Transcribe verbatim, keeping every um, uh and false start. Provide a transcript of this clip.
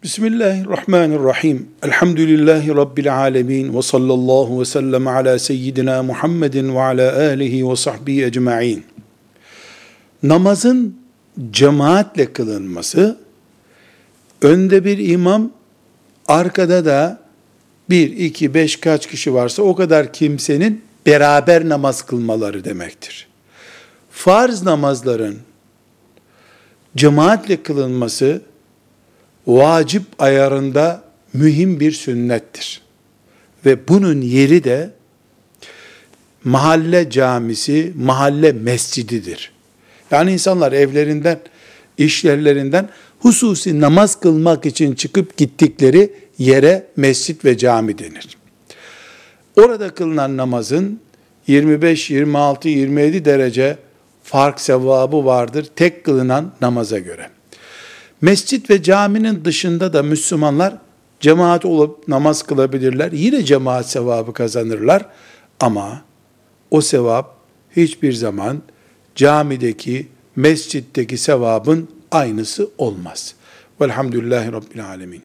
Bismillahirrahmanirrahim. Elhamdülillahi Rabbil alemin. Ve sallallahu ve sellem ala seyyidina Muhammedin ve ala alihi ve sahbihi ecma'in. Namazın cemaatle kılınması, önde bir imam, arkada da bir, iki, beş kaç kişi varsa o kadar kimsenin beraber namaz kılmaları demektir. Farz namazların cemaatle kılınması, vacip ayarında mühim bir sünnettir. Ve bunun yeri de mahalle camisi, mahalle mescididir. Yani insanlar evlerinden, işyerlerinden hususi namaz kılmak için çıkıp gittikleri yere mescit ve cami denir. Orada kılınan namazın yirmi beş, yirmi altı, yirmi yedi derece fark sevabı vardır tek kılınan namaza göre. Mescit ve caminin dışında da Müslümanlar cemaat olup namaz kılabilirler. Yine cemaat sevabı kazanırlar. Ama o sevap hiçbir zaman camideki, mescitteki sevabın aynısı olmaz. Velhamdülillahi Rabbil alemin.